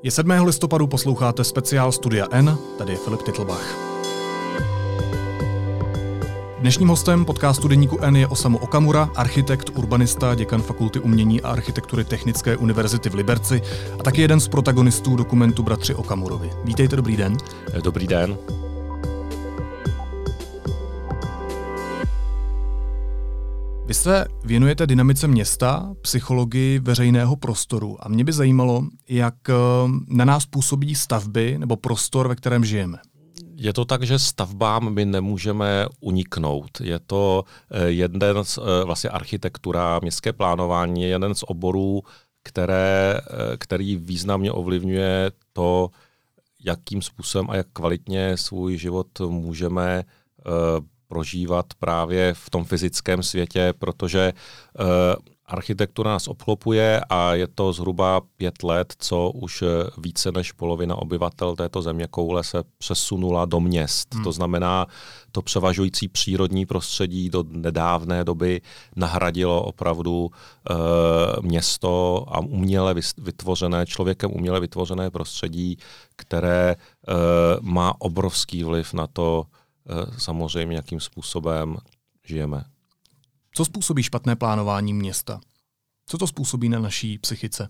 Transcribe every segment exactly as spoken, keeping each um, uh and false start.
Je sedmého listopadu, posloucháte speciál Studia N, tady je Filip Titlbach. Dnešním hostem podcastu Deníku N je Osamu Okamura, architekt, urbanista, děkan Fakulty umění a architektury Technické univerzity v Liberci a taky jeden z protagonistů dokumentu Bratři Okamurovi. Vítejte, dobrý den. Dobrý den. Vy se věnujete dynamice města, psychologii veřejného prostoru a mě by zajímalo, jak na nás působí stavby nebo prostor, ve kterém žijeme. Je to tak, že stavbám my nemůžeme uniknout. Je to jeden z, vlastně architektura, městské plánování je jeden z oborů, které, který významně ovlivňuje to, jakým způsobem a jak kvalitně svůj život můžeme prožívat právě v tom fyzickém světě, protože uh, architektura nás obklopuje a je to zhruba pět let, co už více než polovina obyvatel této zeměkoule se přesunula do měst. Hmm. To znamená, to převažující přírodní prostředí do nedávné doby nahradilo opravdu uh, město a uměle vytvořené, člověkem uměle vytvořené prostředí, které uh, má obrovský vliv na to, samozřejmě, jakým způsobem žijeme. Co způsobí špatné plánování města? Co to způsobí na naší psychice?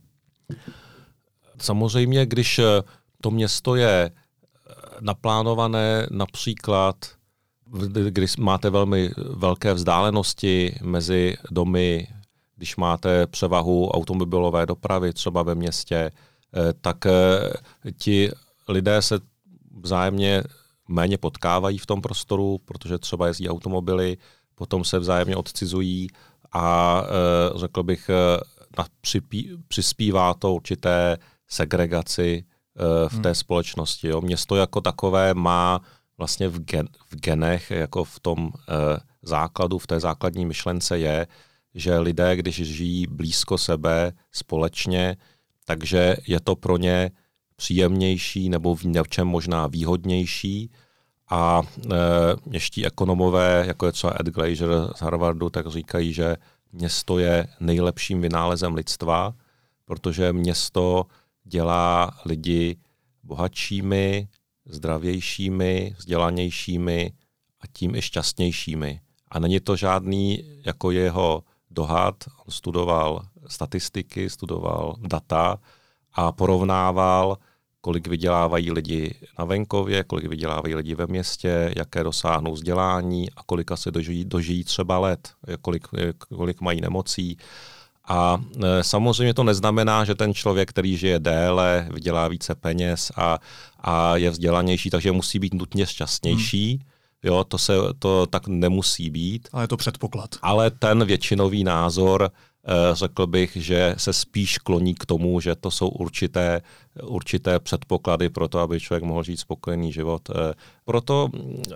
Samozřejmě, když to město je naplánované například, když máte velmi velké vzdálenosti mezi domy, když máte převahu automobilové dopravy třeba ve městě, tak ti lidé se vzájemně méně potkávají v tom prostoru, protože třeba jezdí automobily, potom se vzájemně odcizují a e, řekl bych, e, na, připí, přispívá to určité segregaci e, v hmm. té společnosti. Jo. Město jako takové má vlastně v, gen, v genech, jako v tom e, základu, v té základní myšlence je, že lidé, když žijí blízko sebe společně, takže je to pro ně příjemnější nebo v něčem možná výhodnější a e, městští ekonomové, jako je třeba Ed Glaeser z Harvardu, tak říkají, že město je nejlepším vynálezem lidstva, protože město dělá lidi bohatšími, zdravějšími, vzdělanějšími a tím i šťastnějšími. A není to žádný jako jeho dohad, on studoval statistiky, studoval data, a porovnával, kolik vydělávají lidi na venkově, kolik vydělávají lidi ve městě, jaké dosáhnou vzdělání a kolika se dožijí, dožijí třeba let, kolik, kolik mají nemocí. A e, samozřejmě to neznamená, že ten člověk, který žije déle, vydělá více peněz a, a je vzdělanější, takže musí být nutně šťastnější. Hmm. Jo, to, se, to tak nemusí být. Ale je to předpoklad. Ale ten většinový názor, řekl bych, že se spíš kloní k tomu, že to jsou určité, určité předpoklady pro to, aby člověk mohl žít spokojený život. Proto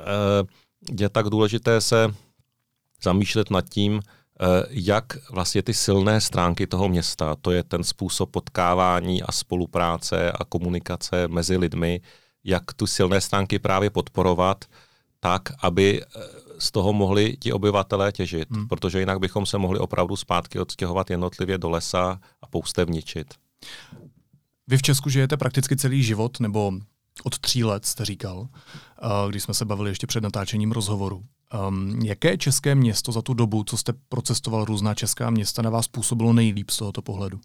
je tak důležité se zamýšlet nad tím, jak vlastně ty silné stránky toho města, to je ten způsob potkávání a spolupráce a komunikace mezi lidmi, jak tu silné stránky právě podporovat, tak, aby z toho mohli ti obyvatelé těžit, hmm. protože jinak bychom se mohli opravdu zpátky odstěhovat jednotlivě do lesa a poustevničit. Vy v Česku žijete prakticky celý život, nebo od tří let jste říkal, když jsme se bavili ještě před natáčením rozhovoru. Um, jaké české město za tu dobu, co jste procestoval různá česká města, na vás působilo nejlíp z tohoto pohledu?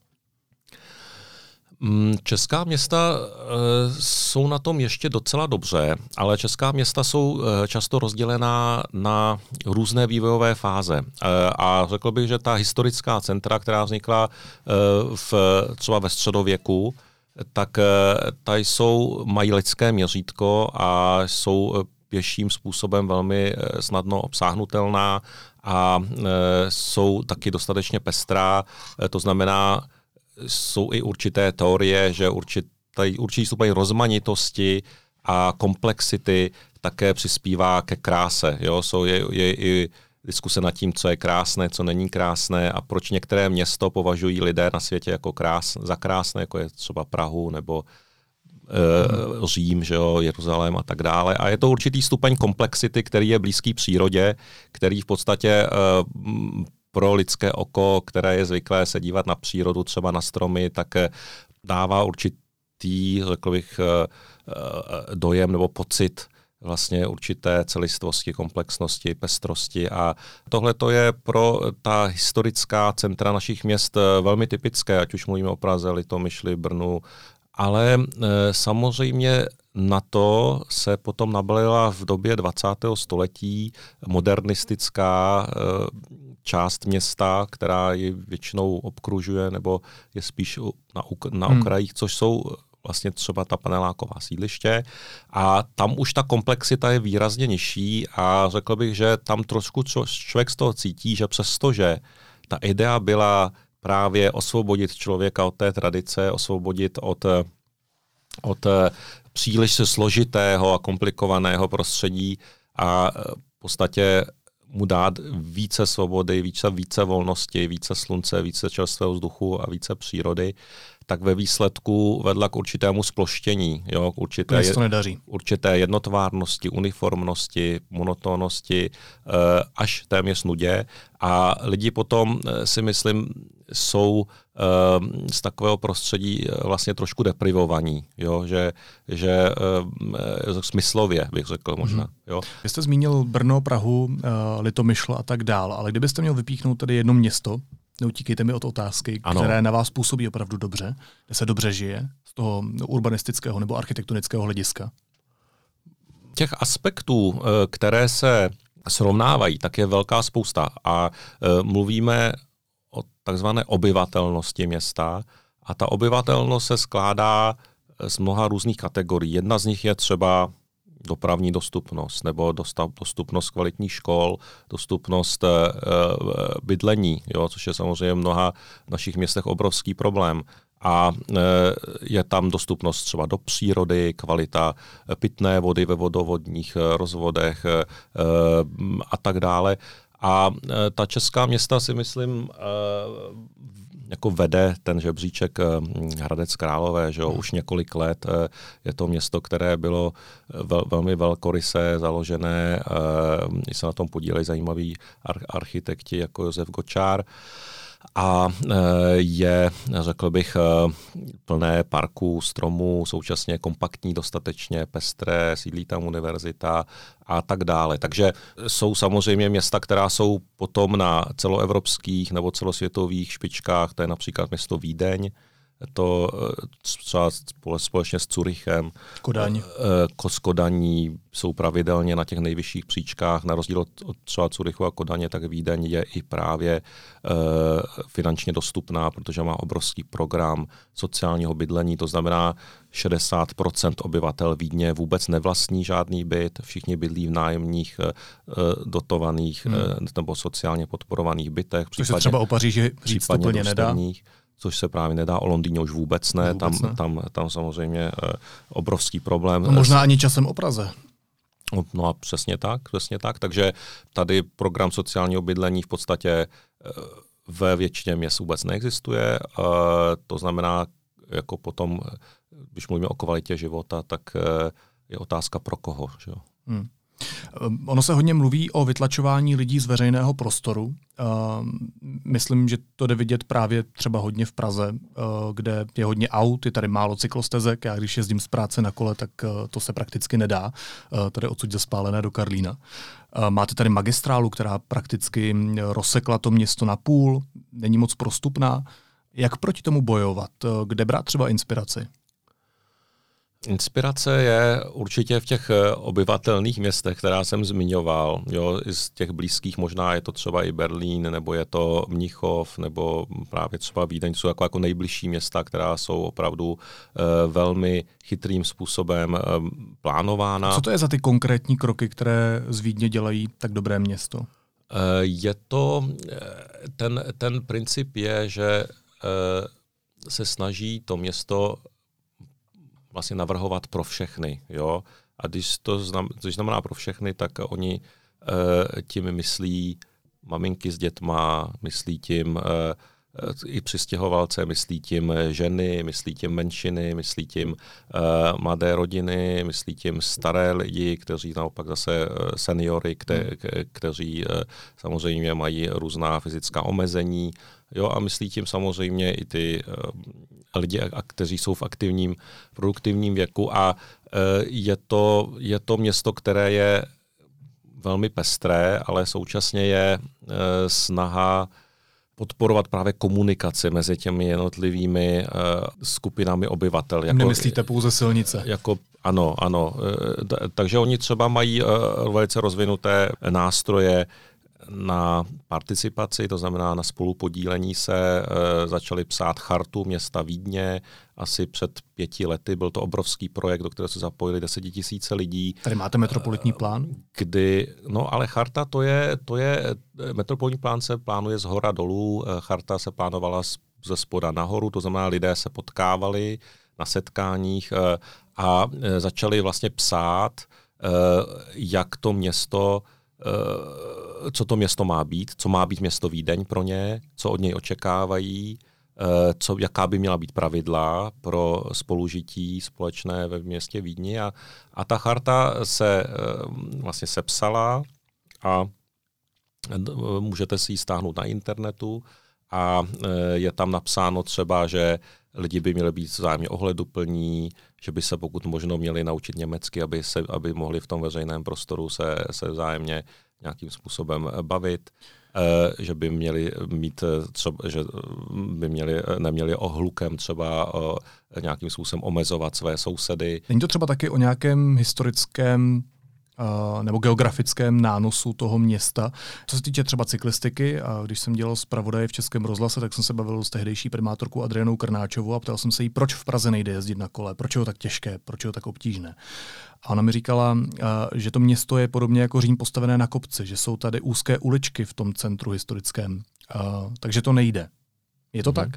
Česká města e, jsou na tom ještě docela dobře, ale česká města jsou e, často rozdělená na různé vývojové fáze. E, a řekl bych, že ta historická centra, která vznikla e, v, třeba ve středověku, tak e, ta jsou, mají lidské měřítko a jsou pěším způsobem velmi e, snadno obsáhnutelná a e, jsou taky dostatečně pestrá. E, to znamená, jsou i určité teorie, že určitý, určitý stupeň rozmanitosti a komplexity také přispívá ke kráse. Jo? Jsou je, je i diskuse nad tím, co je krásné, co není krásné a proč některé město považují lidé na světě jako krás, za krásné, jako je třeba Prahu nebo e, Řím, že jo, Jeruzalém a tak dále. A je to určitý stupeň komplexity, který je blízký přírodě, který v podstatě e, pro lidské oko, které je zvyklé se dívat na přírodu, třeba na stromy, tak dává určitý určitý, řekl bych, dojem nebo pocit vlastně určité celistvosti, komplexnosti, pestrosti a tohle to je pro ta historická centra našich měst velmi typické, ať už mluvíme o Praze, Litomyšli, Brnu, ale e, samozřejmě na to se potom nabalila v době dvacátého století modernistická e, část města, která ji většinou obkružuje nebo je spíš na, na hmm. okrajích, což jsou vlastně třeba ta paneláková sídliště a tam už ta komplexita je výrazně nižší a řekl bych, že tam trošku člověk z toho cítí, že přestože ta idea byla právě osvobodit člověka od té tradice, osvobodit od, od příliš složitého a komplikovaného prostředí a v podstatě mu dát více svobody, více, více volnosti, více slunce, více čerstvého vzduchu a více přírody, tak ve výsledku vedla k určitému sploštění, jo, k určité, to nedaří. určité jednotvárnosti, uniformnosti, monotónnosti, až téměř nudě. A lidi potom si myslím, jsou z takového prostředí vlastně trošku deprivovaní, jo, že, že smyslově bych řekl možná. Jo. Vy jste zmínil Brno, Prahu, Litomyšl a tak dál, ale kdybyste měl vypíchnout tedy jedno město, neutíkejte mi od otázky, ano. které na vás působí opravdu dobře, kde se dobře žije z toho urbanistického nebo architektonického hlediska? Těch aspektů, které se srovnávají, tak je velká spousta a mluvíme o takzvané obyvatelnosti města a ta obyvatelnost se skládá z mnoha různých kategorií. Jedna z nich je třeba dopravní dostupnost nebo dostupnost kvalitních škol, dostupnost e, bydlení, jo, což je samozřejmě v mnoha našich městech obrovský problém. A e, je tam dostupnost třeba do přírody, kvalita pitné vody ve vodovodních rozvodech e, a tak dále. A e, ta česká města si myslím e, jako vede ten žebříček Hradec Králové, že jo, už několik let. Je to město, které bylo vel, velmi velkorysé založené, i se na tom podílejí zajímaví architekti jako Josef Gočár. A je, řekl bych, plné parků, stromů, současně kompaktní, dostatečně pestré, sídlí tam univerzita a tak dále. Takže jsou samozřejmě města, která jsou potom na celoevropských nebo celosvětových špičkách, to je například město Vídeň, to třeba společně s Curychem, Kodaň. S Kodaní jsou pravidelně na těch nejvyšších příčkách, na rozdíl od, od třeba Curychu a Kodaně, tak Vídeň je i právě e, finančně dostupná, protože má obrovský program sociálního bydlení, to znamená šedesát procent obyvatel Vídně vůbec nevlastní žádný byt, všichni bydlí v nájemních e, dotovaných hmm. e, nebo sociálně podporovaných bytech. Což se třeba o Paříži říct úplně nedá. Což se právě nedá, o Londýně už vůbec ne, vůbec tam, ne. Tam, tam samozřejmě uh, obrovský problém. No možná ani časem o Praze. No, no a přesně tak, přesně tak, takže tady program sociálního bydlení v podstatě uh, ve většině měst vůbec neexistuje, uh, to znamená, jako potom, když mluvíme o kvalitě života, tak uh, je otázka pro koho, že jo. Hmm. Ono se hodně mluví o vytlačování lidí z veřejného prostoru. Uh, myslím, že to jde vidět právě třeba hodně v Praze, uh, kde je hodně aut, je tady málo cyklostezek. Já když jezdím z práce na kole, tak uh, to se prakticky nedá. Uh, tady odsud ze Spálené do Karlína. Uh, máte tady magistrálu, která prakticky rozsekla to město na půl, není moc prostupná. Jak proti tomu bojovat? Uh, kde brát třeba inspiraci? Inspirace je určitě v těch obyvatelných městech, která jsem zmiňoval. Jo, z těch blízkých možná je to třeba i Berlín, nebo je to Mnichov, nebo právě třeba Vídeň, jsou jako, jako nejbližší města, která jsou opravdu uh, velmi chytrým způsobem uh, plánována. Co to je za ty konkrétní kroky, které z Vídně dělají tak dobré město? Uh, je to, ten, ten princip je, že uh, se snaží to město vlastně navrhovat pro všechny, jo. A když to znam, když znamená pro všechny, tak oni e, tím myslí maminky s dětma, myslí tím e, i přistěhovalce, myslí tím ženy, myslí tím menšiny, myslí tím uh, mladé rodiny, myslí tím staré lidi, kteří naopak zase seniory, kte, kteří uh, samozřejmě mají různá fyzická omezení. Jo, a myslí tím samozřejmě i ty uh, lidi, a, kteří jsou v aktivním, produktivním věku. A uh, je, to, je to město, které je velmi pestré, ale současně je uh, snaha podporovat právě komunikaci mezi těmi jednotlivými uh, skupinami obyvatel. Jako, nemyslíte pouze silnice? Jako, ano, ano. Uh, takže oni třeba mají uh, velice rozvinuté nástroje na participaci, to znamená na spolupodílení se. Uh, začali psát chartu města Vídně asi před pěti lety. Byl to obrovský projekt, do kterého se zapojili desetitisíce lidí. Tady máte metropolitní plán? Kdy, no ale charta to je, to je, metropolitní plán se plánuje z hora dolů, charta se plánovala ze spoda nahoru, to znamená lidé se potkávali na setkáních a začali vlastně psát, jak to město, co to město má být, co má být město Vídeň pro ně, co od něj očekávají, co, jaká by měla být pravidla pro spolužití společné ve městě Vídni. A, a ta charta se vlastně sepsala a můžete si ji stáhnout na internetu a je tam napsáno třeba, že lidi by měli být vzájemně ohleduplní, že by se pokud možno měli naučit německy, aby, se, aby mohli v tom veřejném prostoru se, se vzájemně nějakým způsobem bavit. Že by měli mít třeba, že by měli, neměli ohlukem třeba o, nějakým způsobem omezovat své sousedy. Není to třeba taky o nějakém historickém uh, nebo geografickém nánosu toho města? Co se týče třeba cyklistiky, a když jsem dělal zpravodaje v Českém rozhlase, tak jsem se bavil s tehdejší primátorkou Adrianou Krnáčovou a ptal jsem se jí, proč v Praze nejde jezdit na kole, proč je to tak těžké, proč je to tak obtížné. A ona mi říkala, že to město je podobně jako Řím postavené na kopci, že jsou tady úzké uličky v tom centru historickém, takže to nejde. Je to hmm. tak?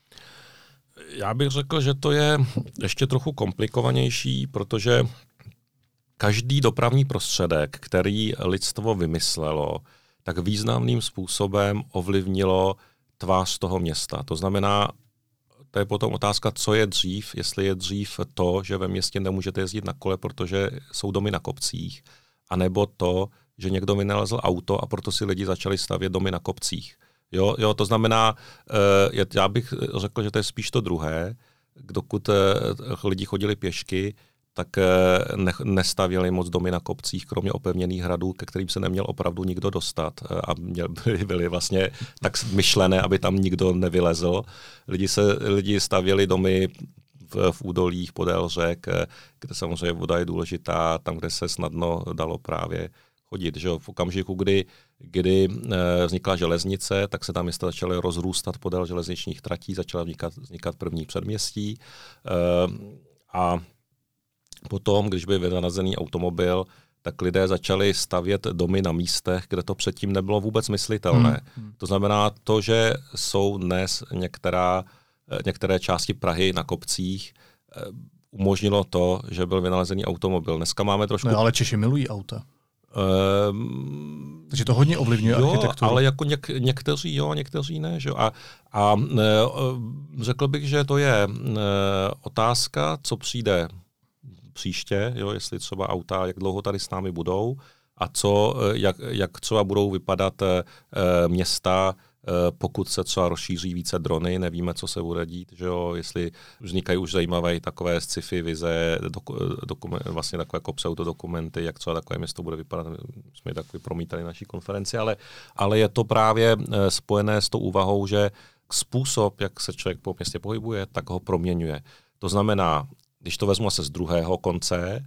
Já bych řekl, že to je ještě trochu komplikovanější, protože každý dopravní prostředek, který lidstvo vymyslelo, tak významným způsobem ovlivnilo tvář toho města. To znamená, to je potom otázka, co je dřív, jestli je dřív to, že ve městě nemůžete jezdit na kole, protože jsou domy na kopcích, anebo to, že někdo vynalezl auto a proto si lidi začali stavět domy na kopcích. Jo, jo, to znamená, já bych řekl, že to je spíš to druhé, dokud lidi chodili pěšky, tak ne, nestavěli moc domy na kopcích, kromě opevněných hradů, ke kterým se neměl opravdu nikdo dostat a měl, byly, byly vlastně tak myšlené, aby tam nikdo nevylezl. Lidi, se, lidi stavěli domy v, v údolích podél řek, kde samozřejmě voda je důležitá, tam, kde se snadno dalo právě chodit. Že? V okamžiku, kdy, kdy vznikla železnice, tak se tam města začaly rozrůstat podél železničních tratí, začala vznikat, vznikat první předměstí a potom, když byl vynalezený automobil, tak lidé začali stavět domy na místech, kde to předtím nebylo vůbec myslitelné. Hmm. To znamená to, že jsou dnes některá, některé části Prahy na kopcích, umožnilo to, že byl vynalezený automobil. Dneska máme trošku... No, ale Češi milují auta. Um, Takže to hodně ovlivňuje jo, architekturu. Ale jako něk, někteří jo, někteří ne. Že? A, a řekl bych, že to je otázka, co přijde příště, jo, jestli třeba auta, jak dlouho tady s námi budou a co, jak, jak třeba budou vypadat e, města, e, pokud se třeba rozšíří více drony, nevíme, co se bude dít, že jo, jestli vznikají už zajímavé takové sci-fi vize, doku, dokument, vlastně takové jako pseudodokumenty, jak třeba takové město bude vypadat, jsme je takový promítali naší konferenci, ale, ale je to právě spojené s tou úvahou, že způsob, jak se člověk po městě pohybuje, tak ho proměňuje. To znamená, když to vezmu se z druhého konce,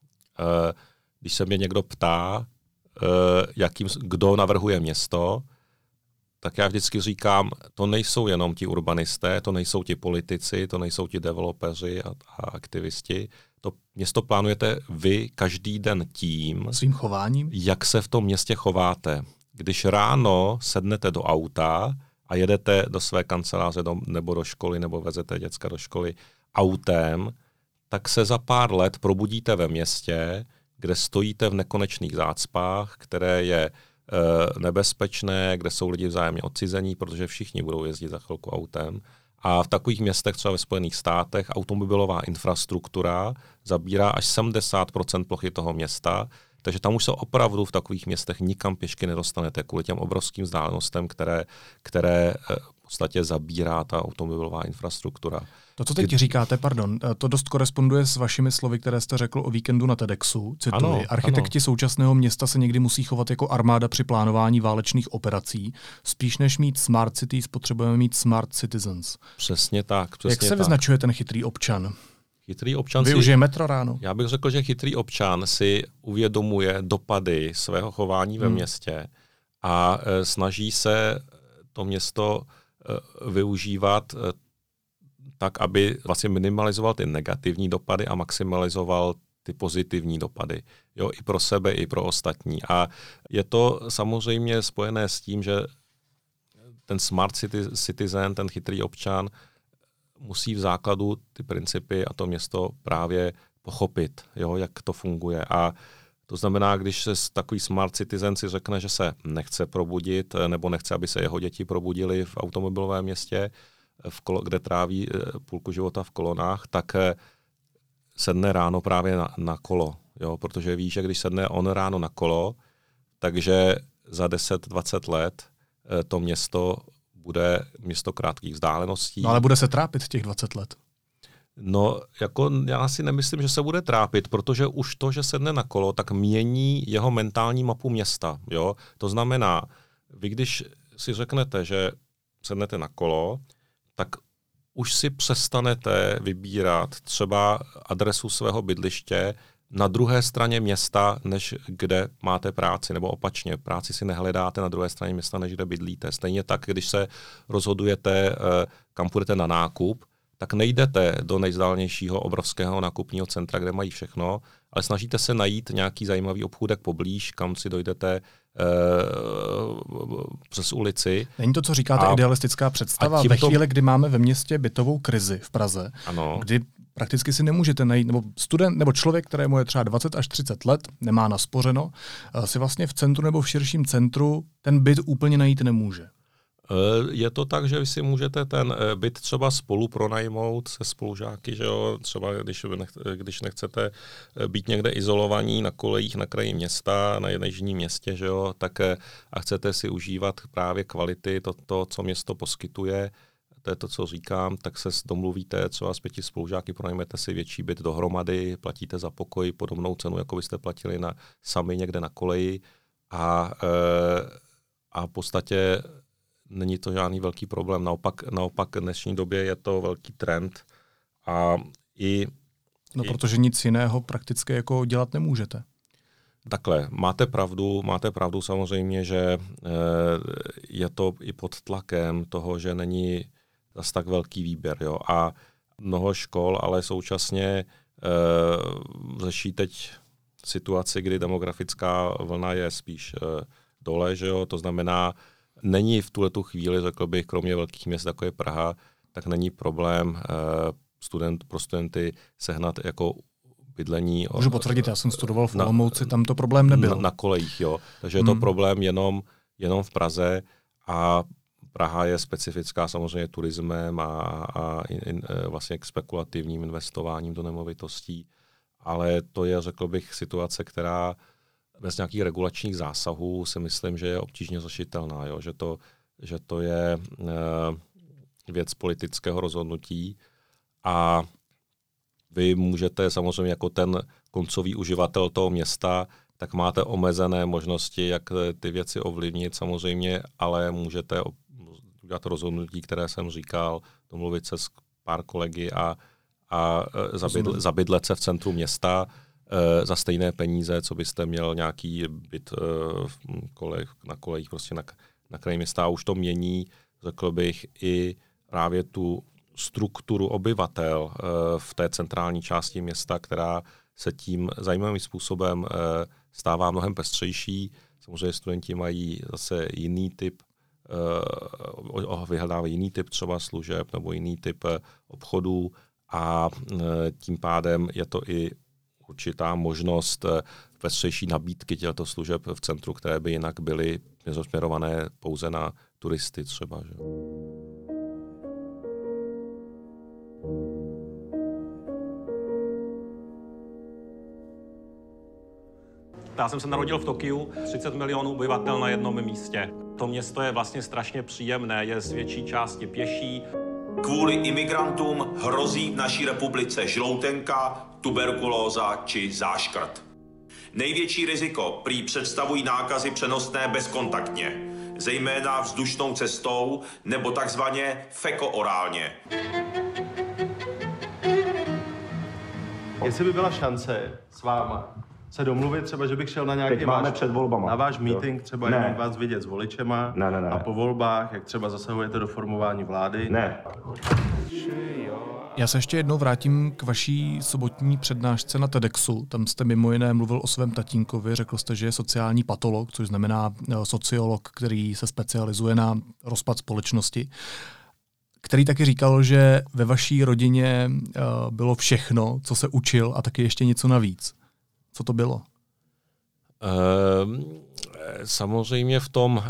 když se mě někdo ptá, jakým, kdo navrhuje město, tak já vždycky říkám, to nejsou jenom ti urbanisté, to nejsou ti politici, to nejsou ti developeři a, a aktivisti. To město plánujete vy každý den tím, svým chováním, jak se v tom městě chováte. Když ráno sednete do auta a jedete do své kanceláře do, nebo do školy, nebo vezete děcka do školy autem, tak se za pár let probudíte ve městě, kde stojíte v nekonečných zácpách, které je nebezpečné, kde jsou lidi vzájemně odcizení, protože všichni budou jezdit za chvilku autem. A v takových městech, třeba ve Spojených státech, automobilová infrastruktura zabírá až sedmdesát procent plochy toho města, takže tam už se opravdu v takových městech nikam pěšky nedostanete kvůli těm obrovským vzdálenostem, které, které v podstatě zabírá ta automobilová infrastruktura. To, co teď Kdy... říkáte, pardon, to dost koresponduje s vašimi slovy, které jste řekl o víkendu na TEDxu. Cituji, ano, architekti ano. současného města se někdy musí chovat jako armáda při plánování válečných operací. Spíš než mít smart cities, potřebujeme mít smart citizens. Přesně tak. Přesně Jak se tak. vyznačuje ten chytrý občan? Chytrý občan Využije si, metro ráno? Já bych řekl, že chytrý občan si uvědomuje dopady svého chování hmm. ve městě a e, snaží se to město e, využívat e, tak, aby vlastně minimalizoval ty negativní dopady a maximalizoval ty pozitivní dopady. Jo, i pro sebe, i pro ostatní. A je to samozřejmě spojené s tím, že ten smart citizen, ten chytrý občan, musí v základu ty principy a to město právě pochopit, jo, jak to funguje. A to znamená, když se takový smart citizen si řekne, že se nechce probudit, nebo nechce, aby se jeho děti probudili v automobilovém městě, v kolo, kde tráví půlku života v kolonách, tak sedne ráno právě na, na kolo. Jo, protože ví, že když sedne on ráno na kolo, takže za deset dvacet let to město bude město krátkých vzdáleností. No ale bude se trápit těch dvacet let. No, jako já si nemyslím, že se bude trápit, protože už to, že sedne na kolo, tak mění jeho mentální mapu města. Jo? To znamená, vy když si řeknete, že sednete na kolo, tak už si přestanete vybírat třeba adresu svého bydliště na druhé straně města, než kde máte práci, nebo opačně, práci si nehledáte na druhé straně města, než kde bydlíte. Stejně tak, když se rozhodujete, kam půjdete na nákup, tak nejdete do nejvzdálenějšího obrovského nákupního centra, kde mají všechno, ale snažíte se najít nějaký zajímavý obchůdek poblíž, kam si dojdete e, přes ulici. Není to, co říkáte, a, idealistická představa? Ve chvíli, kdy máme ve městě bytovou krizi v Praze, ano. kdy prakticky si nemůžete najít, nebo student, nebo člověk, kterému je třeba dvacet až třicet let, nemá naspořeno, si vlastně v centru nebo v širším centru ten byt úplně najít nemůže. Je to tak, že vy si můžete ten byt třeba spolu pronajmout se spolužáky, že jo? Třeba když, když nechcete být někde izolovaní na kolejích na kraji města, na jižním městě, že jo? Tak a chcete si užívat právě kvality, to, to, co město poskytuje, to je to, co říkám, tak se domluvíte třeba s pěti spolužáky, pronajmete si větší byt dohromady, platíte za pokoj podobnou cenu, jako byste platili na, sami někde na koleji a, a v podstatě není to žádný velký problém. Naopak, naopak v dnešní době je to velký trend a i... No i, protože nic jiného prakticky jako dělat nemůžete. Takhle, máte pravdu, máte pravdu samozřejmě, že je to i pod tlakem toho, že není zase tak velký výběr. Jo? A mnoho škol, ale současně e, řeší teď situaci, kdy demografická vlna je spíš e, dole, že jo? To znamená, není v tuhletu chvíli, řekl bych, kromě velkých měst, jako je Praha, tak není problém e, student, pro studenty sehnat jako bydlení. Můžu potvrdit, já jsem studoval v Olomouci, tam to problém nebyl. Na, na kolejích, jo. Takže je to hmm. problém jenom, jenom v Praze a Praha je specifická samozřejmě turismem a, a in, in, vlastně k spekulativním investováním do nemovitostí, ale to je, řekl bych, situace, která bez nějakých regulačních zásahů si myslím, že je obtížně řešitelná, jo? Že, to, že to je e, věc politického rozhodnutí a vy můžete samozřejmě jako ten koncový uživatel toho města, tak máte omezené možnosti, jak ty věci ovlivnit samozřejmě, ale můžete udělat rozhodnutí, které jsem říkal, domluvit se s pár kolegy a, a zabydl, zabydlet se v centru města e, za stejné peníze, co byste měl nějaký byt e, v kolech, na kolejích prostě na, na kraji města. A už to mění, řekl bych, i právě tu strukturu obyvatel e, v té centrální části města, která se tím zajímavým způsobem e, stává mnohem pestřejší. Samozřejmě studenti mají zase jiný typ, uh, vyhledávají jiný typ třeba služeb nebo jiný typ uh, obchodů a uh, tím pádem je to i určitá možnost uh, pestřejší nabídky těchto služeb v centru, které by jinak byly směrované pouze na turisty třeba. Že? Já jsem se narodil v Tokiu, třicet milionů obyvatel na jednom místě. To město je vlastně strašně příjemné, je z větší části pěší. Kvůli imigrantům hrozí v naší republice žloutenka, tuberkulóza či záškrt. Největší riziko prý představují nákazy přenosné bezkontaktně, zejména vzdušnou cestou nebo takzvaně fekoorálně. Jestli by byla šance s váma se domluvit třeba, že bych šel na nějaký váš, před volbama. na váš meeting, třeba ne. jenom vás vidět s voličema ne, ne, ne. a po volbách, jak třeba zasahujete do formování vlády. Ne. Já se ještě jednou vrátím k vaší sobotní přednášce na TEDxu. Tam jste mimo jiné mluvil o svém tatínkovi, řekl jste, že je sociální patolog, což znamená sociolog, který se specializuje na rozpad společnosti, který taky říkal, že ve vaší rodině bylo všechno, co se učil, a taky ještě něco navíc. Co to bylo? Uh, samozřejmě v tom uh,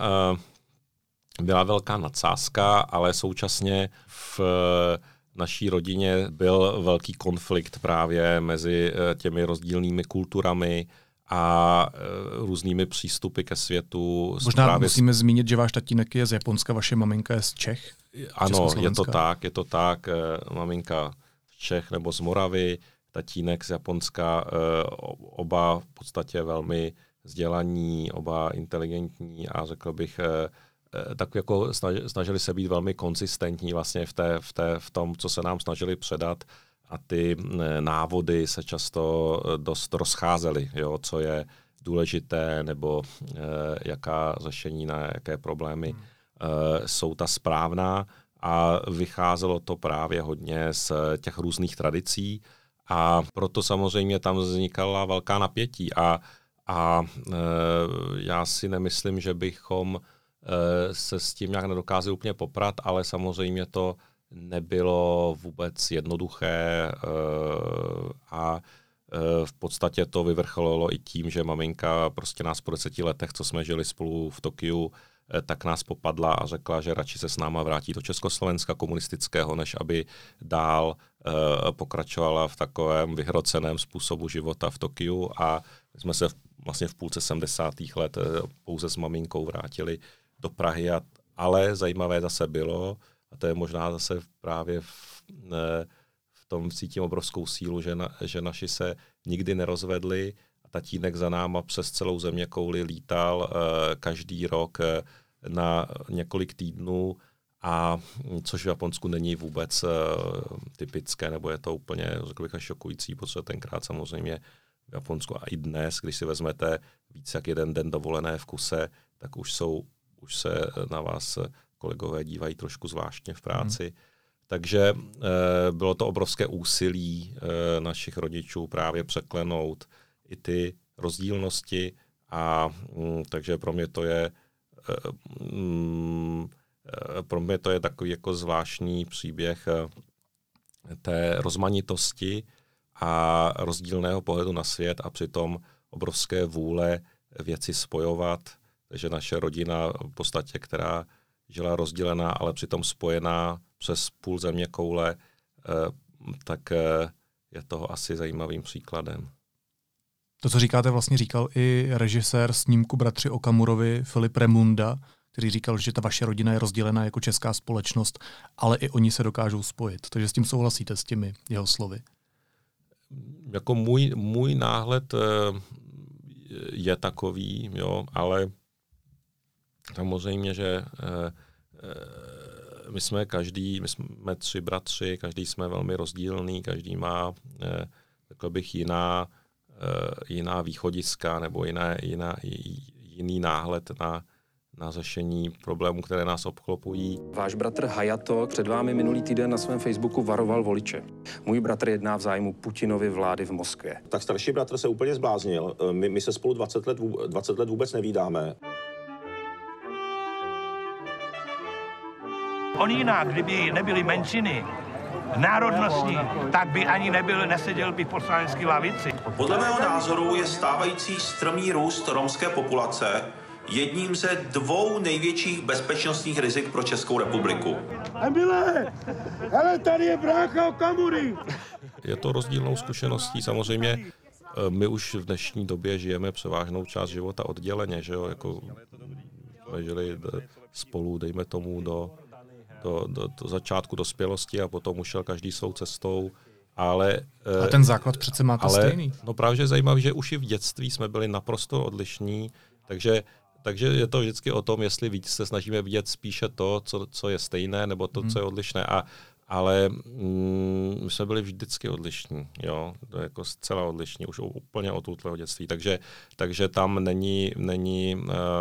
byla velká nadsázka, ale současně v uh, naší rodině byl velký konflikt právě mezi uh, těmi rozdílnými kulturami a uh, různými přístupy ke světu. Možná právě musíme s... zmínit, že váš tatínek je z Japonska, vaše maminka je z Čech? Ano, je to tak, je to tak. Uh, maminka z Čech nebo z Moravy, tatínek z Japonska, oba v podstatě velmi vzdělaní, oba inteligentní a řekl bych, tak jako snažili se být velmi konzistentní vlastně v, té, v, té, v tom, co se nám snažili předat, a ty návody se často dost rozcházely, jo, co je důležité nebo jaká řešení na jaké problémy hmm. jsou ta správná, a vycházelo to právě hodně z těch různých tradicí. A proto samozřejmě tam vznikala velká napětí a, a e, já si nemyslím, že bychom e, se s tím nějak nedokázali úplně poprat, ale samozřejmě to nebylo vůbec jednoduché e, a e, v podstatě to vyvrcholilo i tím, že maminka prostě nás po deseti letech, co jsme žili spolu v Tokiu, tak nás popadla a řekla, že radši se s náma vrátí do Československa komunistického, než aby dál uh, pokračovala v takovém vyhroceném způsobu života v Tokiu, a my jsme se v, vlastně v půlce sedmdesátých let uh, pouze s maminkou vrátili do Prahy, a, ale zajímavé zase bylo, a to je možná zase právě v, ne, v tom cítím obrovskou sílu, že, na, že naši se nikdy nerozvedli. Tatínek za náma přes celou zeměkouli lítal uh, každý rok uh, na několik týdnů, a což v Japonsku není vůbec uh, typické, nebo je to úplně, řekl bych, šokující, protože tenkrát samozřejmě v Japonsku a i dnes, když si vezmete víc jak jeden den dovolené v kuse, tak už jsou, už se na vás kolegové dívají trošku zvláštně v práci. Hmm. Takže uh, bylo to obrovské úsilí uh, našich rodičů právě překlenout i ty rozdílnosti, a mm, takže pro mě to je mm, pro mě to je takový jako zvláštní příběh té rozmanitosti a rozdílného pohledu na svět a přitom obrovské vůle věci spojovat. Takže naše rodina v podstatě, která žila rozdělená, ale přitom spojená přes půl země koule, tak je toho asi zajímavým příkladem. To, co říkáte, vlastně říkal i režisér snímku Bratři Okamurovi, Filip Remunda, který říkal, že ta vaše rodina je rozdělená jako česká společnost, ale i oni se dokážou spojit. Takže s tím souhlasíte, s těmi jeho slovy? Jako můj, můj náhled je takový, jo, ale samozřejmě, že my jsme každý, my jsme tři bratři, každý jsme velmi rozdílný, každý má, řekl bych, jiná jiná východiska nebo jiná, jiná, jiný náhled na, na řešení problémů, které nás obklopují. Váš bratr Hayato před vámi minulý týden na svém Facebooku varoval voliče. Můj bratr jedná v zájmu Putinovy vlády v Moskvě. Tak starší bratr se úplně zbláznil. My, my se spolu dvacet let, dvacet let vůbec nevídáme. On jinak, kdyby nebyly menšiny, národnostní, tak by ani nebyl, neseděl by v poslanecké lavici. Podle mého názoru je stávající strmý růst romské populace jedním ze dvou největších bezpečnostních rizik pro Českou republiku. Emile, hele, tady je brácha Okamury. Je to rozdílnou zkušeností. Samozřejmě my už v dnešní době žijeme převážnou část života odděleně, že jo, jako jsme žili spolu, dejme tomu, do, do, do, do začátku dospělosti a potom už šel každý svou cestou, ale... A ten základ přece máte ale, stejný. No právě, že je zajímavé, že už i v dětství jsme byli naprosto odlišní, takže Takže je to vždycky o tom, jestli víc se snažíme vidět spíše to, co, co je stejné, nebo to, hmm. co je odlišné. A, ale mm, my jsme byli vždycky odlišní, jo, to je jako zcela odlišní, už úplně od útlého dětství. Takže, takže tam není, není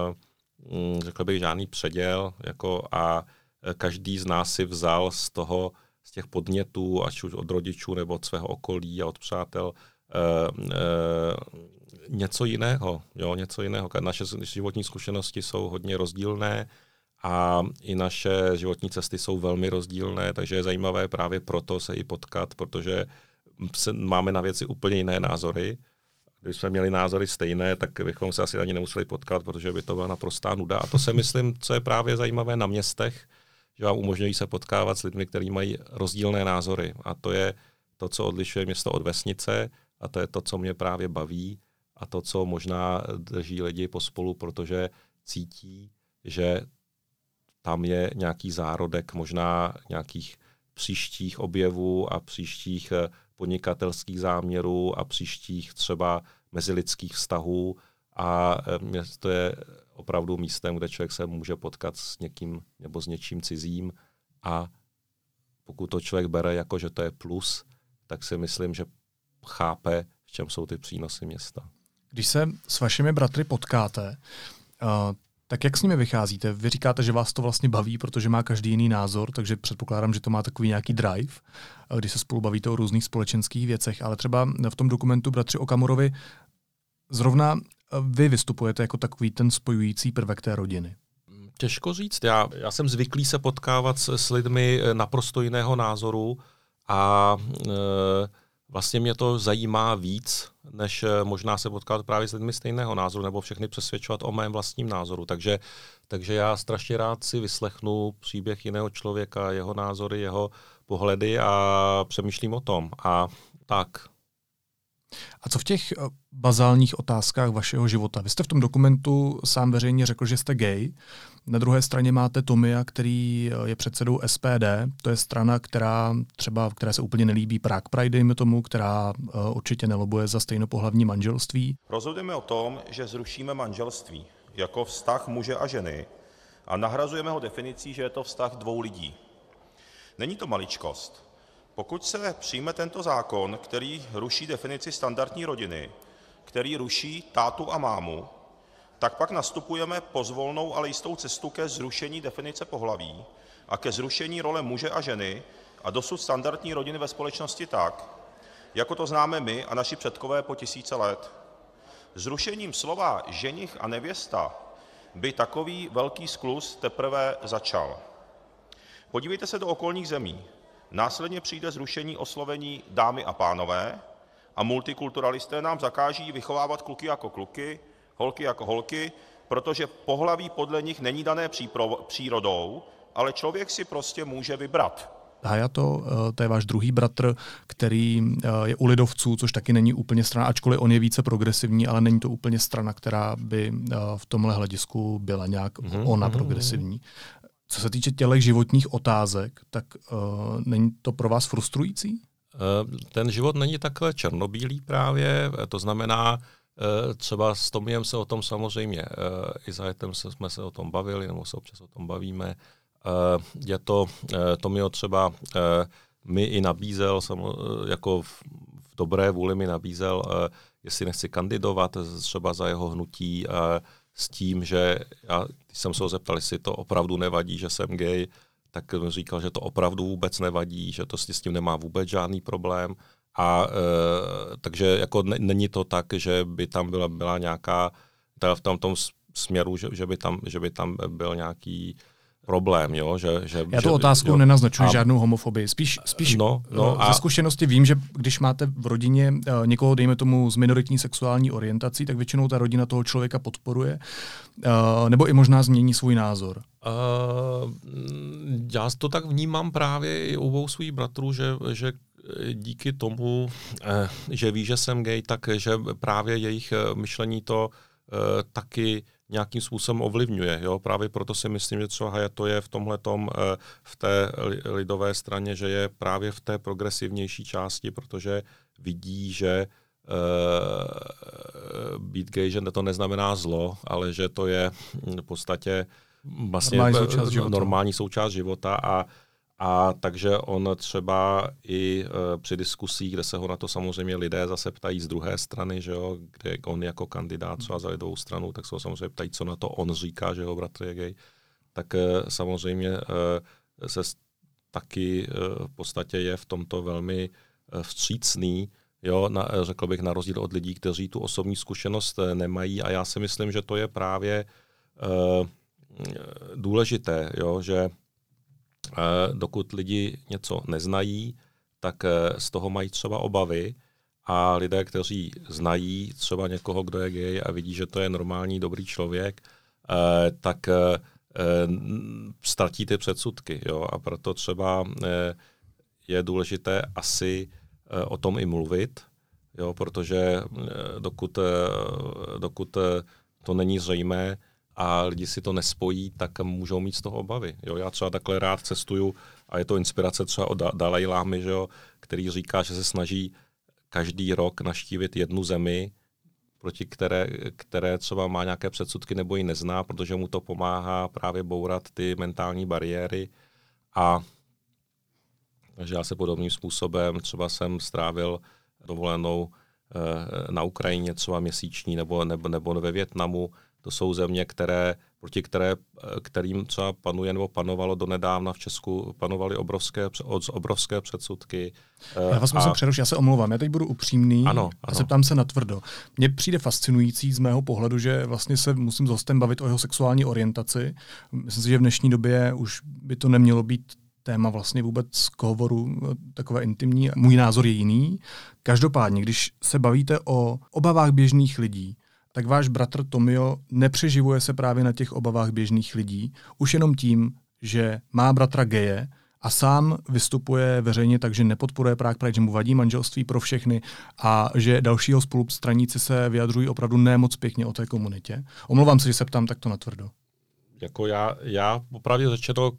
uh, řekl bych, žádný předěl, jako a každý z nás si vzal z toho, z těch podnětů, ať už od rodičů, nebo od svého okolí a od přátel, uh, uh, něco jiného, jo, něco jiného. Naše životní zkušenosti jsou hodně rozdílné a i naše životní cesty jsou velmi rozdílné, takže je zajímavé právě proto se i potkat, protože se, máme na věci úplně jiné názory. Když jsme měli názory stejné, tak bychom se asi ani nemuseli potkat, protože by to byla naprostá nuda. A to se myslím, co je právě zajímavé na městech, že vám umožňují se potkávat s lidmi, kteří mají rozdílné názory. A to je to, co odlišuje město od vesnice, a to je to, co mě právě baví, a to, co možná drží lidi pospolu, protože cítí, že tam je nějaký zárodek možná nějakých příštích objevů a příštích podnikatelských záměrů a příštích třeba mezilidských vztahů. A to je opravdu místem, kde člověk se může potkat s někým nebo s něčím cizím. A pokud to člověk bere jako, že to je plus, tak si myslím, že chápe, v čem jsou ty přínosy města. Když se s vašimi bratry potkáte, uh, tak jak s nimi vycházíte? Vy říkáte, že vás to vlastně baví, protože má každý jiný názor, takže předpokládám, že to má takový nějaký drive, když se spolu bavíte o různých společenských věcech, ale třeba v tom dokumentu Bratři Okamurovi zrovna vy vystupujete jako takový ten spojující prvek té rodiny. Těžko říct. Já, já jsem zvyklý se potkávat s, s lidmi naprosto jiného názoru a e, vlastně mě to zajímá víc, než možná se potkat právě s lidmi stejného názoru nebo všechny přesvědčovat o mém vlastním názoru. Takže, takže já strašně rád si vyslechnu příběh jiného člověka, jeho názory, jeho pohledy a přemýšlím o tom. A tak. A co v těch bazálních otázkách vašeho života? Vy jste v tom dokumentu sám veřejně řekl, že jste gay. Na druhé straně máte Tomia, který je předsedou S P D. To je strana, která třeba, která se úplně nelíbí Prague Pride, dejme tomu, která určitě nelobuje za stejnopohlavní manželství. Rozhodujeme o tom, že zrušíme manželství jako vztah muže a ženy a nahrazujeme ho definicí, že je to vztah dvou lidí. Není to maličkost. Pokud se přijme tento zákon, který ruší definici standardní rodiny, který ruší tátu a mámu, tak pak nastupujeme pozvolnou, ale jistou cestu ke zrušení definice pohlaví a ke zrušení role muže a ženy a dosud standardní rodiny ve společnosti tak, jako to známe my a naši předkové po tisíce let. Zrušením slova ženich a nevěsta by takový velký skluz teprve začal. Podívejte se do okolních zemí. Následně přijde zrušení oslovení dámy a pánové a multikulturalisté nám zakáží vychovávat kluky jako kluky, holky jako holky, protože pohlaví podle nich není dané přírodou, ale člověk si prostě může vybrat. Hayato, to je váš druhý bratr, který je u lidovců, což taky není úplně strana, ačkoliv on je více progresivní, ale není to úplně strana, která by v tomhle hledisku byla nějak mm-hmm. ona progresivní. Co se týče těch životních otázek, tak uh, není to pro vás frustrující? Ten život není takhle černobílý právě, to znamená, třeba s Tomiem se o tom samozřejmě, i s Hayatem jsme se o tom bavili, nebo se občas o tom bavíme. Je to, Tomio třeba mi i nabízel, jako v dobré vůli mi nabízel, jestli nechci kandidovat třeba za jeho hnutí, s tím, že já, když jsem se ho zeptal, jestli to opravdu nevadí, že jsem gay, tak mi říkal, že to opravdu vůbec nevadí, že to s tím nemá vůbec žádný problém. A e, takže jako ne, není to tak, že by tam byla, byla nějaká, teda v tom, tom směru, že, že, by tam, že by tam byl nějaký problém. Jo? Že, že, Já tu že, otázku jo, nenaznačuji a, žádnou homofobii. Spíš, spíš no, no, ze a, zkušenosti vím, že když máte v rodině uh, někoho, dejme tomu, s minoritní sexuální orientací, tak většinou ta rodina toho člověka podporuje, uh, nebo i možná změní svůj názor. Uh, já to tak vnímám právě i u obou svých bratrů, že, že díky tomu, eh, že ví, že jsem gay, tak že právě jejich myšlení to eh, taky nějakým způsobem ovlivňuje. Jo? Právě proto si myslím, že třeba Hayato je v tomhletom, eh, v té lidové straně, že je právě v té progresivnější části, protože vidí, že Uh, být gay, že to neznamená zlo, ale že to je v podstatě vlastně normální součást života, normální součást života a, a takže on třeba i uh, při diskusích, kde se ho na to samozřejmě lidé zase ptají z druhé strany, že jo, kde on jako kandidát třeba za lidovou stranu, tak se ho samozřejmě ptají, co na to on říká, že jeho bratr je gay, tak uh, samozřejmě uh, se taky uh, v podstatě je v tomto velmi uh, vstřícný. Jo, na, řekl bych na rozdíl od lidí, kteří tu osobní zkušenost nemají a já si myslím, že to je právě uh, důležité, jo, že uh, dokud lidi něco neznají, tak uh, z toho mají třeba obavy a lidé, kteří znají třeba někoho, kdo je gay a vidí, že to je normální, dobrý člověk, uh, tak uh, ztratí ty předsudky. Jo, a proto třeba uh, je důležité asi o tom i mluvit, jo, protože dokud, dokud to není zřejmé a lidi si to nespojí, tak můžou mít z toho obavy. Jo. Já třeba takhle rád cestuju a je to inspirace třeba od Dalajlámy, že jo, který říká, že se snaží každý rok navštívit jednu zemi, proti které, které třeba má nějaké předsudky nebo ji nezná, protože mu to pomáhá právě bourat ty mentální bariéry. A takže já se podobným způsobem, třeba jsem strávil dovolenou e, na Ukrajině, třeba měsíční, nebo, nebo, nebo ve Vietnamu. To jsou země, které, proti které, kterým třeba panuje nebo panovalo donedávna v Česku, panovaly obrovské, obrovské předsudky. Já vás musím přerušit, já se omlouvám, já teď budu upřímný ano, a zeptám se natvrdo. Mně přijde fascinující z mého pohledu, že vlastně se musím s hostem bavit o jeho sexuální orientaci. Myslím si, že v dnešní době už by to nemělo být téma vlastně vůbec k hovoru takové intimní. Můj názor je jiný. Každopádně, když se bavíte o obavách běžných lidí, tak váš bratr Tomio nepřeživuje se právě na těch obavách běžných lidí, už jenom tím, že má bratra geje a sám vystupuje veřejně, takže nepodporuje Prague Pride, že mu vadí manželství pro všechny a že dalšího spolustraníci se vyjadřují opravdu nemoc pěkně o té komunitě. Omlouvám se, že se ptám takto natvrdo. Jako já, já opravdu řečeno,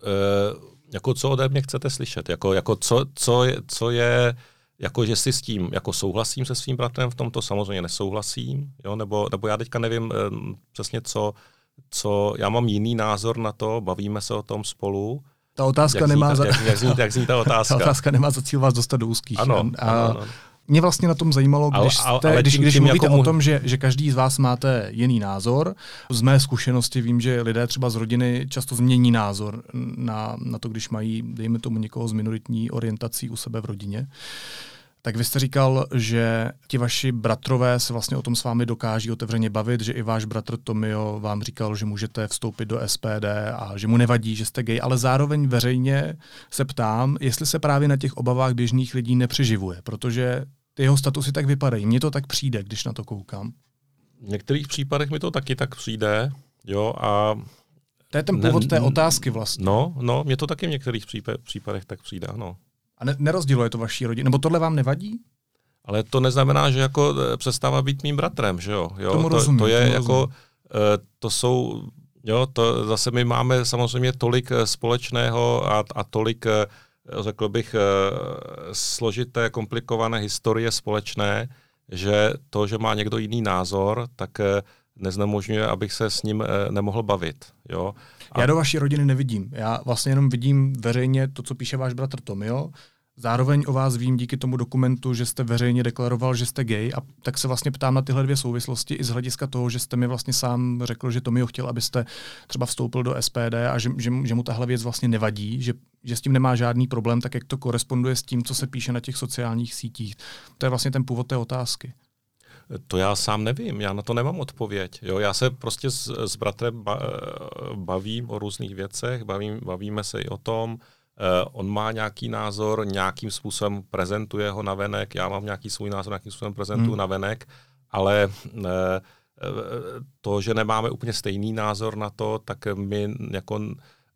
e- jako co ode mě chcete slyšet, jako, jako co, co, je, co je, jako že si s tím, jako souhlasím se svým bratrem v tomto, samozřejmě nesouhlasím, jo, nebo, nebo já teďka nevím eh, přesně co, co, já mám jiný názor na to, bavíme se o tom spolu. Ta otázka jak nemá zní, za... jak, jak, zní, jak zní ta otázka? Ta otázka nemá za cíl vás dostat do úzkých. Ano, a, ano, ano. Mě vlastně na tom zajímalo, když, ale, jste, ale když, tím, když tím mluvíte jako o tom, že, že každý z vás máte jiný názor. Z mé zkušenosti vím, že lidé třeba z rodiny často změní názor na, na to, když mají, dejme tomu, někoho z minoritní orientací u sebe v rodině. Tak vy jste říkal, že ti vaši bratrové se vlastně o tom s vámi dokáží otevřeně bavit, že i váš bratr Tomio vám říkal, že můžete vstoupit do S P D a že mu nevadí, že jste gay, ale zároveň veřejně se ptám, jestli se právě na těch obavách běžných lidí nepřeživuje, protože ty jeho statusy tak vypadají. Mně to tak přijde, když na to koukám. V některých případech mi to taky tak přijde, jo, a... To je ten původ ne, té otázky vlastně. No, no, mně to taky v některých případech tak přijde, ano. A ne, nerozděluje to vaší rodině? Nebo tohle vám nevadí? Ale to neznamená, že jako přestává být mým bratrem, že jo? jo tomu to, rozumím, to je tomu jako, rozumím. to jsou, jo, to zase my máme samozřejmě tolik společného a, a tolik, řekl bych, složité, komplikované historie společné, že to, že má někdo jiný názor, tak neznemožňuje, abych se s ním nemohl bavit, jo? A... Já do vaší rodiny nevidím. Já vlastně jenom vidím veřejně to, co píše váš bratr Tomio. Zároveň o vás vím díky tomu dokumentu, že jste veřejně deklaroval, že jste gay, a tak se vlastně ptám na tyhle dvě souvislosti i z hlediska toho, že jste mi vlastně sám řekl, že Tomio chtěl, abyste třeba vstoupil do S P D a že, že, že mu tahle věc vlastně nevadí, že, že s tím nemá žádný problém, tak jak to koresponduje s tím, co se píše na těch sociálních sítích. To je vlastně ten původ té otázky. To já sám nevím, já na to nemám odpověď. Jo, já se prostě s, s bratrem ba, bavím o různých věcech, bavím, bavíme se i o tom. Uh, on má nějaký názor, nějakým způsobem prezentuje ho navenek, já mám nějaký svůj názor, nějakým způsobem prezentuju hmm. navenek, ale uh, to, že nemáme úplně stejný názor na to, tak my jako uh,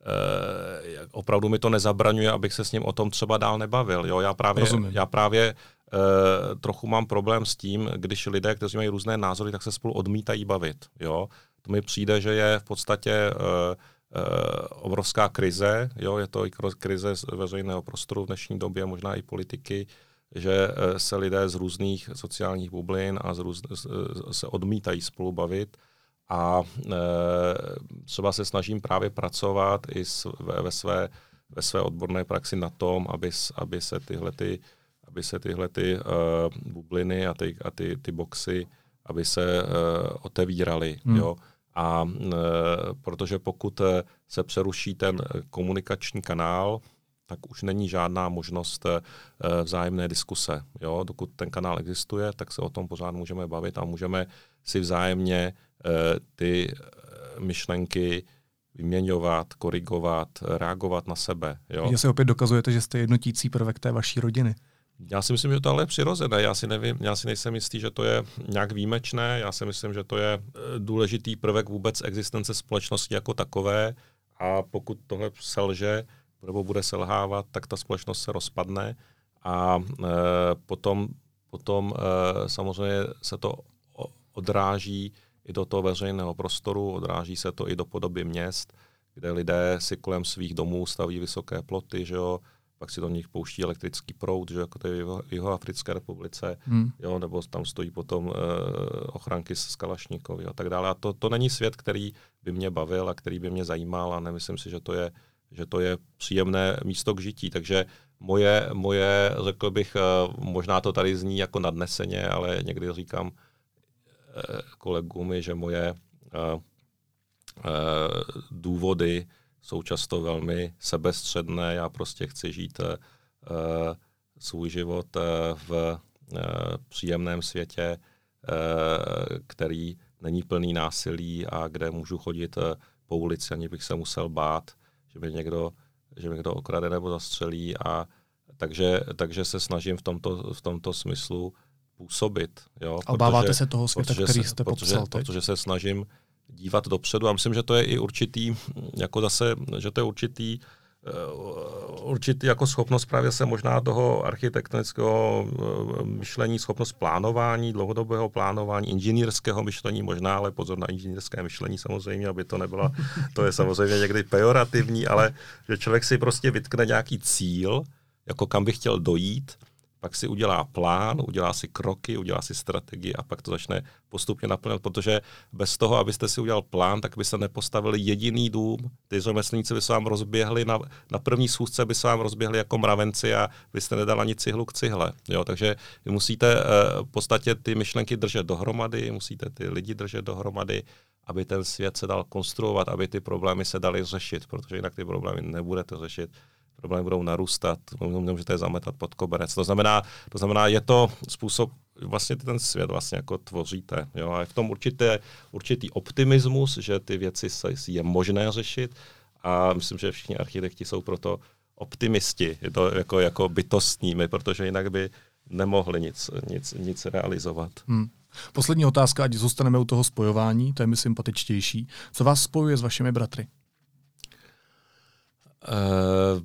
opravdu mi to nezabraňuje, abych se s ním o tom třeba dál nebavil. Jo, já právě, já právě uh, trochu mám problém s tím, když lidé, kteří mají různé názory, tak se spolu odmítají bavit. Jo. To mi přijde, že je v podstatě uh, uh, obrovská krize, jo, je to i krize z veřejného prostoru v dnešní době, možná i politiky, že uh, se lidé z různých sociálních bublin a z růz, uh, se odmítají spolu bavit. A e, třeba se snažím právě pracovat i s, ve, ve, své, ve své odborné praxi na tom, aby, aby se tyhle, ty, aby se tyhle ty, uh, bubliny a, ty, a ty, ty boxy, aby se uh, otevíraly. Hmm. Jo? A uh, protože pokud se přeruší ten komunikační kanál, tak už není žádná možnost uh, vzájemné diskuse. Jo? Dokud ten kanál existuje, tak se o tom pořád můžeme bavit a můžeme si vzájemně ty myšlenky vyměňovat, korigovat, reagovat na sebe. Jo. Já si opět dokazujete, že jste jednotící prvek té vaší rodiny. Já si myslím, že to ale je přirozené. Já si, nevím, já si nejsem jistý, že to je nějak výjimečné. Já si myslím, že to je důležitý prvek vůbec existence společnosti jako takové a pokud tohle selže nebo bude selhávat, tak ta společnost se rozpadne a e, potom, potom e, samozřejmě se to odráží i do toho veřejného prostoru, odráží se to i do podoby měst, kde lidé si kolem svých domů staví vysoké ploty, že jo, pak si do nich pouští elektrický proud, že jo, jako to je v Jihoafrické republice, hmm. jo, nebo tam stojí potom uh, ochranky s Kalašníkovi a tak dále. A to, to není svět, který by mě bavil a který by mě zajímal a nemyslím si, že to je, že to je příjemné místo k žití. Takže moje, moje, řekl bych, uh, možná to tady zní jako nadneseně, ale někdy říkám kolegům, že moje uh, uh, důvody jsou často velmi sebestředné. Já prostě chci žít uh, svůj život uh, v uh, příjemném světě, uh, který není plný násilí a kde můžu chodit uh, po ulici, ani bych se musel bát, že mě někdo, že mě někdo okrade nebo zastřelí. A takže, takže se snažím v tomto, v tomto smyslu působit. Jo, a obáváte se toho světa, který jste se, popsal protože, protože se snažím dívat dopředu a myslím, že to je i určitý, jako zase, že to je určitý, uh, určitý jako schopnost právě se možná toho architektonického uh, myšlení, schopnost plánování, dlouhodobého plánování, inženýrského myšlení možná, ale pozor na inženýrské myšlení samozřejmě, aby to nebylo, to je samozřejmě někdy pejorativní, ale že člověk si prostě vytkne nějaký cíl, jako kam by chtěl dojít, pak si udělá plán, udělá si kroky, udělá si strategii a pak to začne postupně naplňovat, protože bez toho, abyste si udělal plán, tak byste nepostavili jediný dům, ty řemeslníci by se vám rozběhli, na, na první schůzce by se vám rozběhli jako mravenci a byste nedal ani cihlu k cihle. Jo, takže vy musíte uh, v podstatě ty myšlenky držet dohromady, musíte ty lidi držet dohromady, aby ten svět se dal konstruovat, aby ty problémy se daly řešit, protože jinak ty problémy nebudete řešit. Problémy budou narůstat, můžete je zametat pod koberec. To znamená, to znamená, je to způsob, vlastně ten svět vlastně jako tvoříte. Jo? A je v tom určité, určitý optimismus, že ty věci se, je možné řešit a myslím, že všichni architekti jsou proto optimisti, je to jako, jako bytostními, protože jinak by nemohli nic, nic, nic realizovat. Hmm. Poslední otázka, ať zůstaneme u toho spojování, to je mi sympatičtější. Co vás spojuje s vašimi bratry? Uh,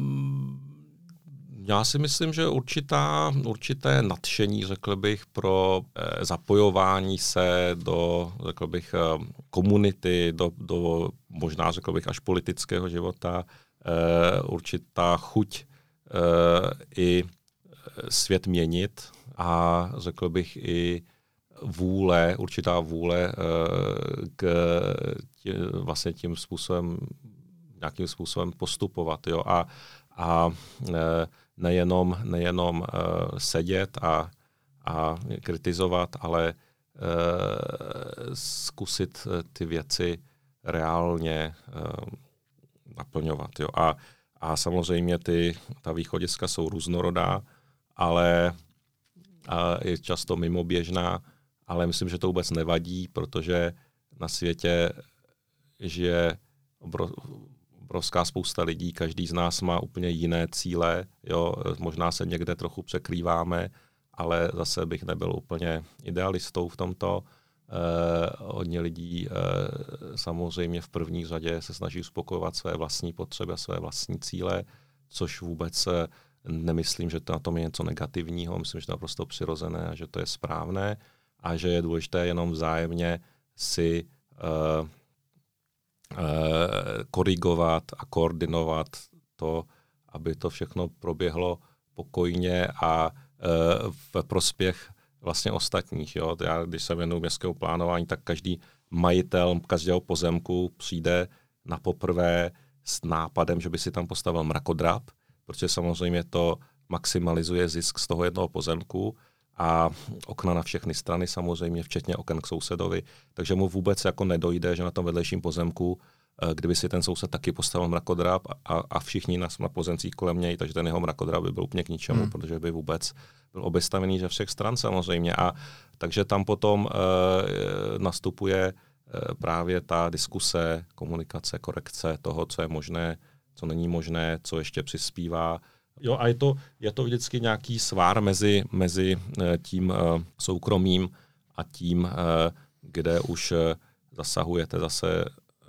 já si myslím, že určitá, určité nadšení, řekl bych, pro eh, zapojování se do, řekl bych, eh, komunity, do, do možná, řekl bych, až politického života, eh, určitá chuť eh, i svět měnit a řekl bych i vůle, určitá vůle eh, k tě, vlastně tím způsobem nějakým způsobem postupovat. Jo? A, a nejenom, nejenom sedět a, a kritizovat, ale zkusit ty věci reálně naplňovat. Jo? A, a samozřejmě ty, ta východiska jsou různorodá, ale a je často mimoběžná, ale myslím, že to vůbec nevadí, protože na světě žije obrovská spousta lidí, každý z nás má úplně jiné cíle, jo, možná se někde trochu překrýváme, ale zase bych nebyl úplně idealistou v tomto. Eh, hodně lidí eh, samozřejmě v první řadě se snaží uspokojovat své vlastní potřeby a své vlastní cíle, což vůbec eh, nemyslím, že to na tom je něco negativního, myslím, že to je naprosto přirozené a že to je správné a že je důležité jenom vzájemně si eh, eh, korigovat a koordinovat to, aby to všechno proběhlo pokojně a eh, v prospěch vlastně ostatních. Jo. Já, když se věnuju městskému plánování, tak každý majitel každého pozemku přijde na poprvé s nápadem, že by si tam postavil mrakodrap, protože samozřejmě to maximalizuje zisk z toho jednoho pozemku a okna na všechny strany samozřejmě, včetně oken k sousedovi, takže mu vůbec jako nedojde, že na tom vedlejším pozemku, kdyby si ten soused taky postavil mrakodrap a, a všichni na, na pozemcích kolem něj, takže ten jeho mrakodrap by byl úplně k ničemu, hmm. protože by vůbec byl obestavený ze všech stran samozřejmě. A takže tam potom e, nastupuje e, právě ta diskuse, komunikace, korekce toho, co je možné, co není možné, co ještě přispívá. Jo, a je to, je to vždycky nějaký svár mezi, mezi e, tím e, soukromým a tím, e, kde už e, zasahujete zase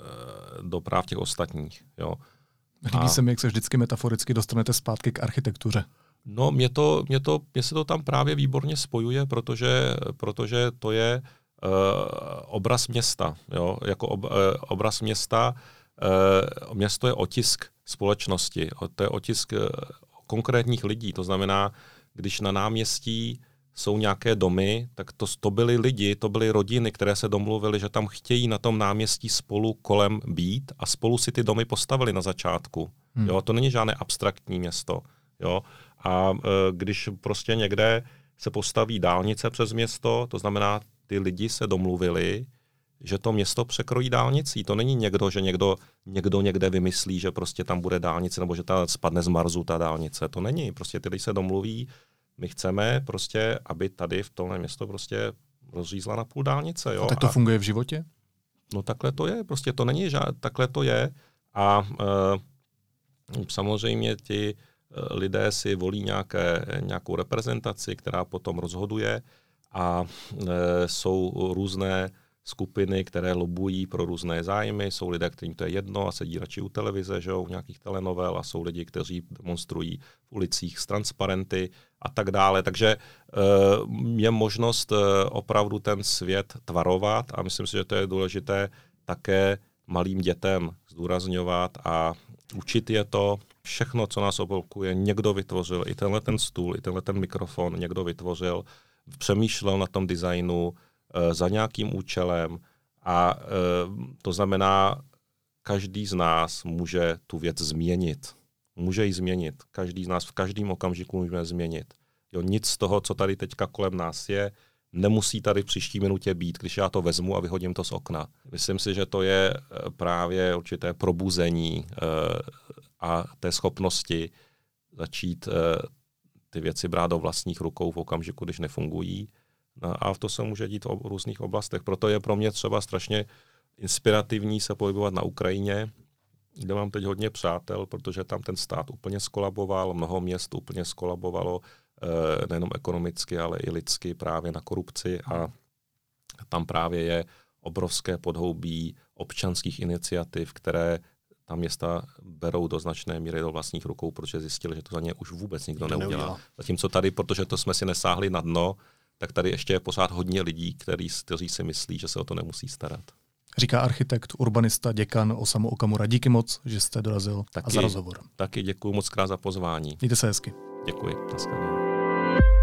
do práv těch ostatních. Jo. Líbí a... se mi, jak se vždycky metaforicky dostanete zpátky k architektuře. No, mě, to, mě, to, mě se to tam právě výborně spojuje, protože, protože to je uh, obraz města. Jo. Jako ob, uh, obraz města, uh, město je otisk společnosti, to je otisk uh, konkrétních lidí. To znamená, když na náměstí jsou nějaké domy, tak to, to byly lidi, to byly rodiny, které se domluvily, že tam chtějí na tom náměstí spolu kolem být a spolu si ty domy postavili na začátku. Hmm. Jo, to není žádné abstraktní město. Jo. A e, když prostě někde se postaví dálnice přes město, to znamená, ty lidi se domluvili, že to město překrojí dálnicí. To není někdo, že někdo, někdo někde vymyslí, že prostě tam bude dálnice, nebo že ta spadne z Marsu ta dálnice. To není. Prostě ty lidi se domluví, my chceme prostě, aby tady v tomhle město prostě rozřízla na půl dálnice. Jo? A tak to a, funguje v životě? No takhle to je, prostě to není žád, takhle to je. A e, samozřejmě ti lidé si volí nějaké, nějakou reprezentaci, která potom rozhoduje a e, jsou různé skupiny, které lobují pro různé zájmy, jsou lidé, kterým to je jedno a sedí radši u televize, že jo, u nějakých telenovel a jsou lidi, kteří demonstrují v ulicích s transparenty a tak dále. Takže e, je možnost e, opravdu ten svět tvarovat a myslím si, že to je důležité také malým dětem zdůrazňovat a učit je to. Všechno, co nás obklopuje, někdo vytvořil, i tenhle ten stůl, i tenhle ten mikrofon někdo vytvořil, přemýšlel na tom designu e, za nějakým účelem a e, to znamená, každý z nás může tu věc změnit. Může ji změnit. Každý z nás v každém okamžiku můžeme změnit. Jo, nic z toho, co tady teďka kolem nás je, nemusí tady v příští minutě být, když já to vezmu a vyhodím to z okna. Myslím si, že to je právě určité probuzení e, a té schopnosti začít e, ty věci brát do vlastních rukou v okamžiku, když nefungují. No a to se může dít v různých oblastech. Proto je pro mě třeba strašně inspirativní se pohybovat na Ukrajině, kde mám teď hodně přátel, protože tam ten stát úplně skolaboval, mnoho měst úplně skolabovalo, e, nejenom ekonomicky, ale i lidsky právě na korupci a tam právě je obrovské podhoubí občanských iniciativ, které ta města berou do značné míry do vlastních rukou, protože zjistili, že to za ně už vůbec nikdo neudělá. neudělá. Zatímco tady, protože to jsme si nesáhli na dno, tak tady ještě je pořád hodně lidí, který, kteří si myslí, že se o to nemusí starat. Říká architekt, urbanista, děkan Osamu Okamura. Díky moc, že jste dorazil taky, a za rozhovor. Taky děkuji moc krát za pozvání. Mějte se hezky. Děkuji. Naschledanou.